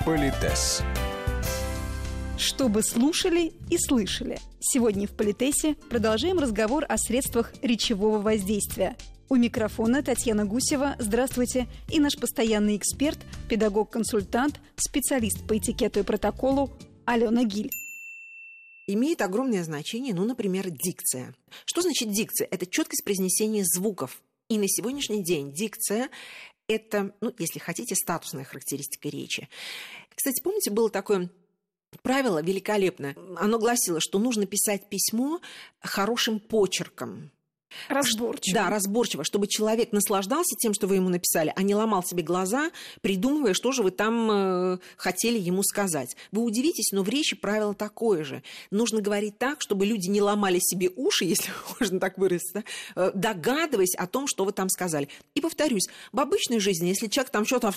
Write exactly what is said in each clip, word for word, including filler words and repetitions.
Политес. Чтобы слушали и слышали. Сегодня в Политесе продолжаем разговор о средствах речевого воздействия. У микрофона Татьяна Гусева. Здравствуйте. И наш постоянный эксперт, педагог-консультант, специалист по этикету и протоколу Алена Гиль. Имеет огромное значение, ну, например, дикция. Что значит дикция? Это четкость произнесения звуков. И на сегодняшний день дикция – это, ну, если хотите, статусная характеристика речи. Кстати, помните, было такое правило великолепное. Оно гласило, что нужно писать письмо хорошим почерком. Разборчиво. Да, разборчиво, чтобы человек наслаждался тем, что вы ему написали, а не ломал себе глаза, придумывая, что же вы там э, хотели ему сказать. Вы удивитесь, но в речи правило такое же. Нужно говорить так, чтобы люди не ломали себе уши, если можно так выразиться, да, э, догадываясь о том, что вы там сказали. И повторюсь, в обычной жизни, если человек там что-то,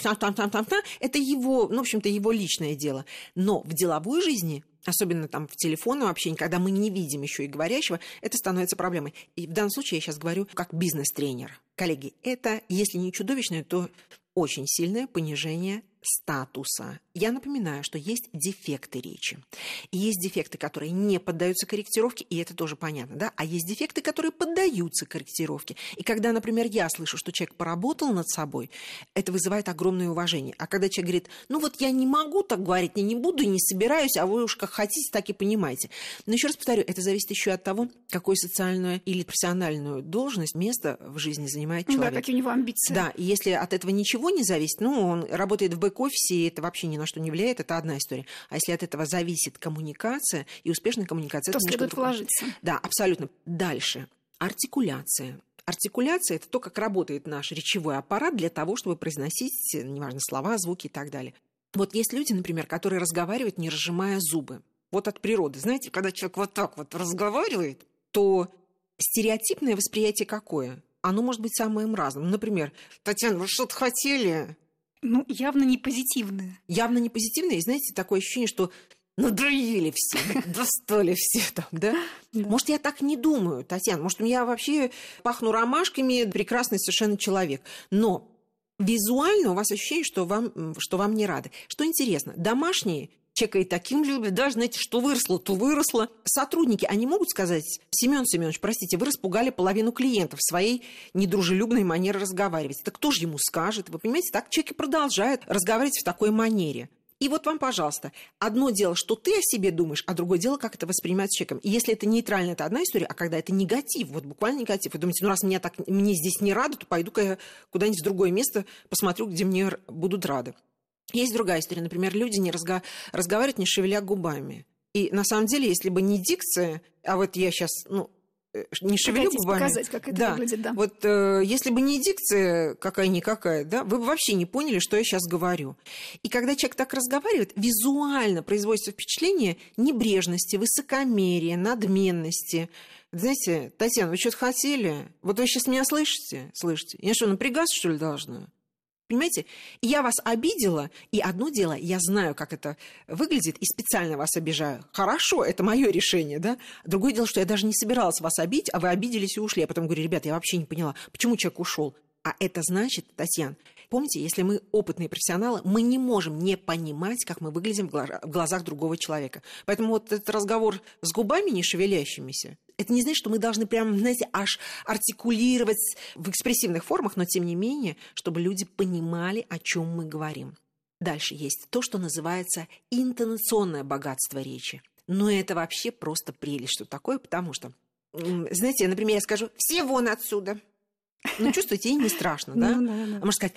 это его, ну, в общем-то, его личное дело. Но в деловой жизни, особенно там в телефонном общении, когда мы не видим еще и говорящего, это становится проблемой. И в данном случае я сейчас говорю как бизнес-тренер. Коллеги, это, если не чудовищное, то очень сильное понижение статуса. Я напоминаю, что есть дефекты речи. И есть дефекты, которые не поддаются корректировке, и это тоже понятно, да? А есть дефекты, которые поддаются корректировке. И когда, например, я слышу, что человек поработал над собой, это вызывает огромное уважение. А когда человек говорит, ну вот я не могу так говорить, я не буду и не собираюсь, а вы уж как хотите, так и понимаете. Но еще раз повторю, это зависит еще от того, какую социальную или профессиональную должность, место в жизни занимает человек. Да, какие у него амбиции. Да, и если от этого ничего не зависит, ну, он работает в бэк-офисе, и это вообще ни на что не влияет, это одна история. А если от этого зависит коммуникация и успешная коммуникация, то это следует вложиться. Да, абсолютно. Дальше. Артикуляция. Артикуляция – это то, как работает наш речевой аппарат для того, чтобы произносить, неважно, слова, звуки и так далее. Вот есть люди, например, которые разговаривают, не разжимая зубы. Вот от природы. Знаете, когда человек вот так вот разговаривает, то стереотипное восприятие какое? Оно может быть самым разным. Например, Татьяна, вы что-то хотели? Ну, явно не позитивное. Явно не позитивное. И, знаете, такое ощущение, что надоели все, достали все там, да? Да? Может, я так не думаю, Татьяна. Может, я вообще пахну ромашками, прекрасный совершенно человек. Но визуально у вас ощущение, что вам, что вам не рады. Что интересно, домашние человека и таким любят, даже, знаете, что выросло, то выросло. Сотрудники, они могут сказать, Семен Семенович, простите, вы распугали половину клиентов своей недружелюбной манерой разговаривать. Так кто же ему скажет? Вы понимаете, так человек и продолжает разговаривать в такой манере. И вот вам, пожалуйста, одно дело, что ты о себе думаешь, а другое дело, как это воспринимается человеком. И если это нейтрально, это одна история, а когда это негатив, вот буквально негатив, вы думаете, ну раз меня так, мне здесь не рады, то пойду-ка я куда-нибудь в другое место, посмотрю, где мне будут рады. Есть другая история. Например, люди не разго... разговаривают, не шевеля губами. И на самом деле, если бы не дикция, а вот я сейчас, ну, не шевелю Хотите губами. показать, как это да. выглядит, да. Вот э, если бы не дикция какая-никакая, да, вы бы вообще не поняли, что я сейчас говорю. И когда человек так разговаривает, визуально производится впечатление небрежности, высокомерия, надменности. Знаете, Татьяна, вы что-то хотели? Вот вы сейчас меня слышите? Слышите? Я что, напрягаться, что ли, должна? Понимаете? И я вас обидела, и одно дело, я знаю, как это выглядит, и специально вас обижаю. Хорошо, это мое решение, да? Другое дело, что я даже не собиралась вас обидеть, а вы обиделись и ушли. Я потом говорю, ребята, я вообще не поняла, почему человек ушел. А это значит, Татьяна, помните, если мы опытные профессионалы, мы не можем не понимать, как мы выглядим в глазах другого человека. Поэтому вот этот разговор с губами не шевелящимися, это не значит, что мы должны прям, знаете, аж артикулировать в экспрессивных формах, но тем не менее, чтобы люди понимали, о чем мы говорим. Дальше есть то, что называется интонационное богатство речи. Но это вообще просто прелесть, что такое, потому что, знаете, например, я скажу «все вон отсюда». Ну, чувствуете, ей не страшно, да? Ну, да, да. А можно сказать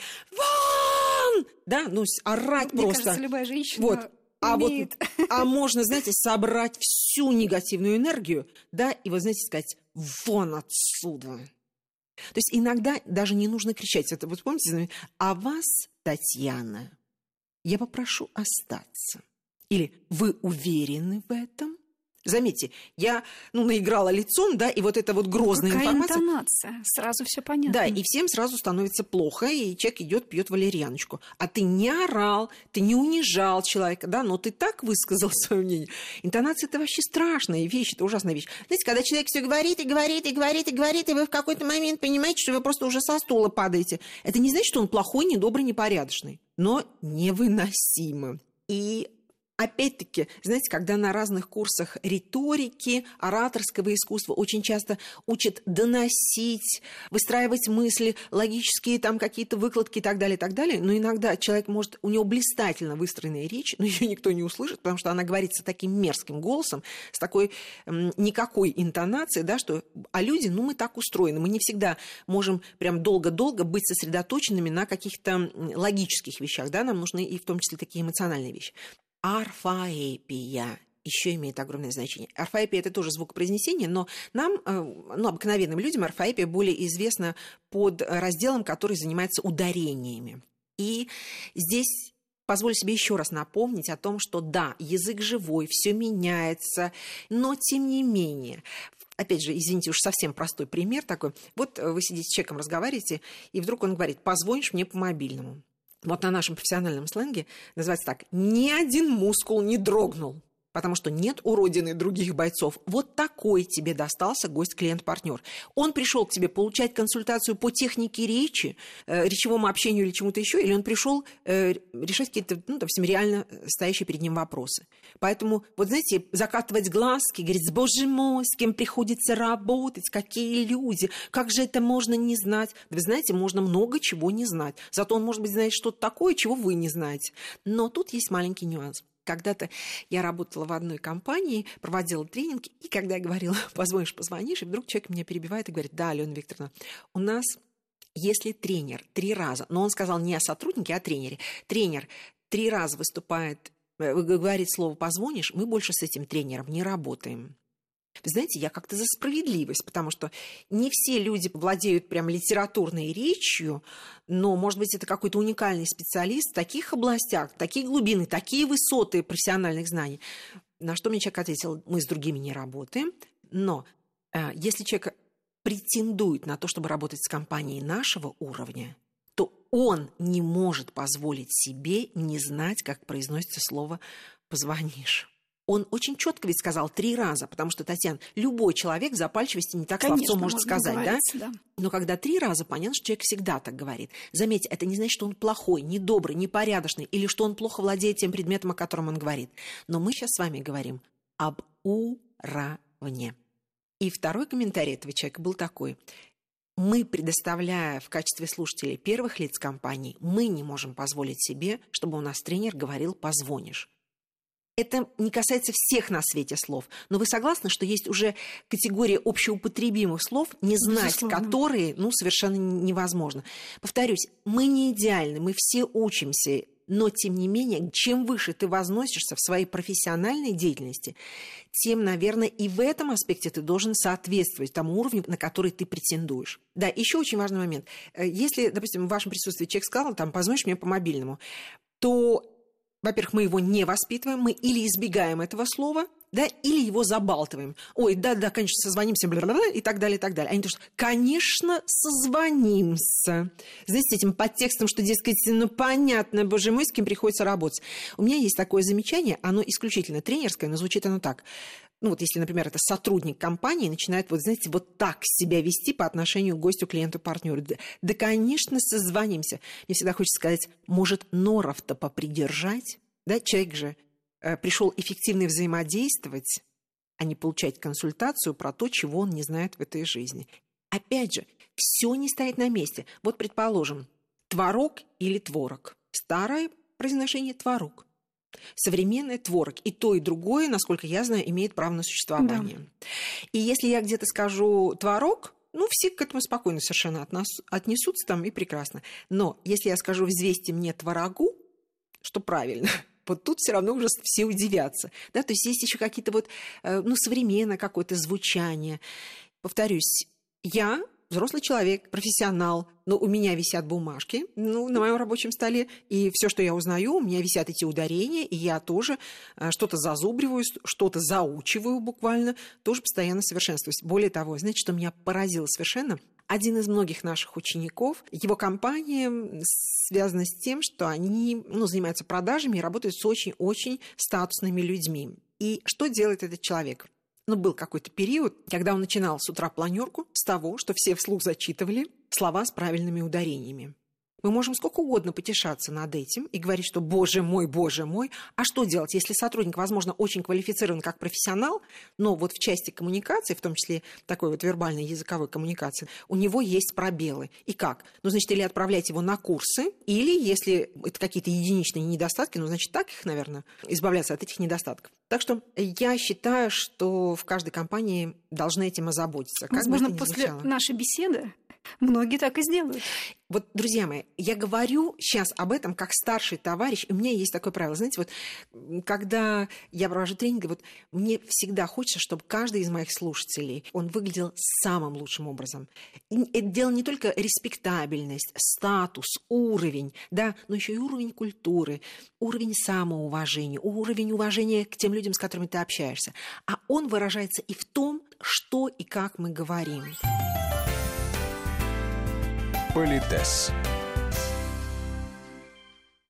«вон!» Да, ну, орать Мне просто. Мне кажется, любая женщина вот. А, вот, а можно, знаете, собрать всю негативную энергию, да, и, вы знаете, сказать «вон отсюда». То есть иногда даже не нужно кричать. Это, вот помните, «а вас, Татьяна, я попрошу остаться». Или «вы уверены в этом?» Заметьте, я, ну, наиграла лицом, да, и вот эта вот грозная Какая информация. интонация, сразу все понятно. Да, и всем сразу становится плохо, и человек идет, пьет валерьяночку. А ты не орал, ты не унижал человека, да, но ты так высказал свое мнение. Интонация – это вообще страшная вещь, это ужасная вещь. Знаете, когда человек все говорит и говорит и говорит и говорит, и вы в какой-то момент понимаете, что вы просто уже со стула падаете, это не значит, что он плохой, недобрый, непорядочный, но невыносимо. И опять-таки, знаете, когда на разных курсах риторики, ораторского искусства очень часто учат доносить, выстраивать мысли, логические там какие-то выкладки и так далее, и так далее, но иногда человек может, у него блистательно выстроенная речь, но ее никто не услышит, потому что она говорится таким мерзким голосом, с такой м, никакой интонацией, да, что, а люди, ну, мы так устроены, мы не всегда можем прям долго-долго быть сосредоточенными на каких-то логических вещах, да, нам нужны и в том числе такие эмоциональные вещи. Орфоэпия еще имеет огромное значение. Орфоэпия – это тоже звукопроизнесение, но нам, ну, обыкновенным людям, орфоэпия более известна под разделом, который занимается ударениями. И здесь позволю себе еще раз напомнить о том, что да, язык живой, все меняется, но тем не менее… Опять же, извините, уж совсем простой пример такой. Вот вы сидите с человеком, разговариваете, и вдруг он говорит: «Позвонишь мне по мобильному». Вот на нашем профессиональном сленге называется так: ни один мускул не дрогнул, потому что нет у родины других бойцов. Вот такой тебе достался гость, клиент, партнер. Он пришел к тебе получать консультацию по технике речи, э, речевому общению или чему-то еще, или он пришел э, решать какие-то, ну, допустим, реально стоящие перед ним вопросы. Поэтому, вот знаете, закатывать глазки, говорить: боже мой, с кем приходится работать, какие люди, как же это можно не знать? Вы знаете, можно много чего не знать. Зато он, может быть, знает что-то такое, чего вы не знаете. Но тут есть маленький нюанс. Когда-то я работала в одной компании, проводила тренинги, и когда я говорила: позвонишь, позвонишь, и вдруг человек меня перебивает и говорит: да, Алена Викторовна, у нас, если тренер три раза, но он сказал не о сотруднике, а о тренере, тренер три раза выступает, говорит слово «позвонишь», мы больше с этим тренером не работаем. Вы знаете, я как-то за справедливость, потому что не все люди владеют прям литературной речью, но, может быть, это какой-то уникальный специалист в таких областях, такие глубины, такие высоты профессиональных знаний. На что мне человек ответил: мы с другими не работаем, но э, если человек претендует на то, чтобы работать с компанией нашего уровня, то он не может позволить себе не знать, как произносится слово «позвонишь». Он очень четко ведь сказал три раза, потому что, Татьяна, любой человек в запальчивости не так словцом может сказать, да? да? Но когда три раза, понятно, что человек всегда так говорит. Заметьте, это не значит, что он плохой, недобрый, непорядочный, или что он плохо владеет тем предметом, о котором он говорит. Но мы сейчас с вами говорим об уровне. И второй комментарий этого человека был такой: мы, предоставляя в качестве слушателей первых лиц компании, мы не можем позволить себе, чтобы у нас тренер говорил «позвонишь». Это не касается всех на свете слов, но вы согласны, что есть уже категория общеупотребимых слов, не знать Безусловно. которые, ну, совершенно невозможно. Повторюсь, мы не идеальны, мы все учимся, но, тем не менее, чем выше ты возносишься в своей профессиональной деятельности, тем, наверное, и в этом аспекте ты должен соответствовать тому уровню, на который ты претендуешь. Да, еще очень важный момент. Если, допустим, в вашем присутствии человек сказал, там, позвонишь мне по мобильному, то... Во-первых, мы его не воспитываем, мы или избегаем этого слова, да, или его забалтываем. Ой, да-да, конечно, созвонимся, бла-бла-бла, и так далее, и так далее. Они тоже: конечно, созвонимся. Знаете, с этим подтекстом, что, дескать, ну, понятно, боже мой, с кем приходится работать. У меня есть такое замечание, оно исключительно тренерское, но звучит оно так. Ну, вот если, например, это сотрудник компании начинает, вот, знаете, вот так себя вести по отношению к гостю, клиенту, партнеру. Да, да, конечно, созвонимся. Мне всегда хочется сказать: может, норов-то попридержать? Да, человек же э, пришел эффективно взаимодействовать, а не получать консультацию про то, чего он не знает в этой жизни. Опять же, все не стоит на месте. Вот, предположим, творог или творог. Старое произношение — творог. Современный творог. И то, и другое, насколько я знаю, имеет право на существование. Да. И если я где-то скажу творог, ну, все к этому спокойно совершенно от нас отнесутся там, и прекрасно. Но если я скажу «взвесьте мне творогу», что правильно, вот тут все равно уже все удивятся. Да? То есть есть еще какие-то вот, ну, современное какое-то звучание. Повторюсь, я... взрослый человек, профессионал, но у меня висят бумажки, ну, на моем рабочем столе, и все, что я узнаю, у меня висят эти ударения, и я тоже что-то зазубриваю, что-то заучиваю буквально, тоже постоянно совершенствуюсь. Более того, знаете, что меня поразило совершенно? Один из многих наших учеников, его компания связана с тем, что они, ну, занимаются продажами и работают с очень-очень статусными людьми. И что делает этот человек? Ну, был какой-то период, когда он начинал с утра планерку с того, что все вслух зачитывали слова с правильными ударениями. Мы можем сколько угодно потешаться над этим и говорить, что боже мой, боже мой. А что делать, если сотрудник, возможно, очень квалифицирован как профессионал, но вот в части коммуникации, в том числе такой вот вербальной языковой коммуникации, у него есть пробелы. И как? Ну, значит, или отправлять его на курсы, или, если это какие-то единичные недостатки, ну, значит, так их, наверное, избавляться от этих недостатков. Так что я считаю, что в каждой компании должны этим озаботиться. Возможно, после нашей беседы многие так и сделают. Вот, друзья мои, я говорю сейчас об этом как старший товарищ, и у меня есть такое правило. Знаете, вот когда я провожу тренинги, вот мне всегда хочется, чтобы каждый из моих слушателей, он выглядел самым лучшим образом. И это дело не только респектабельность, статус, уровень, да, но еще и уровень культуры, уровень самоуважения, уровень уважения к тем людям, с которыми ты общаешься. А он выражается и в том, что и как мы говорим. Политес.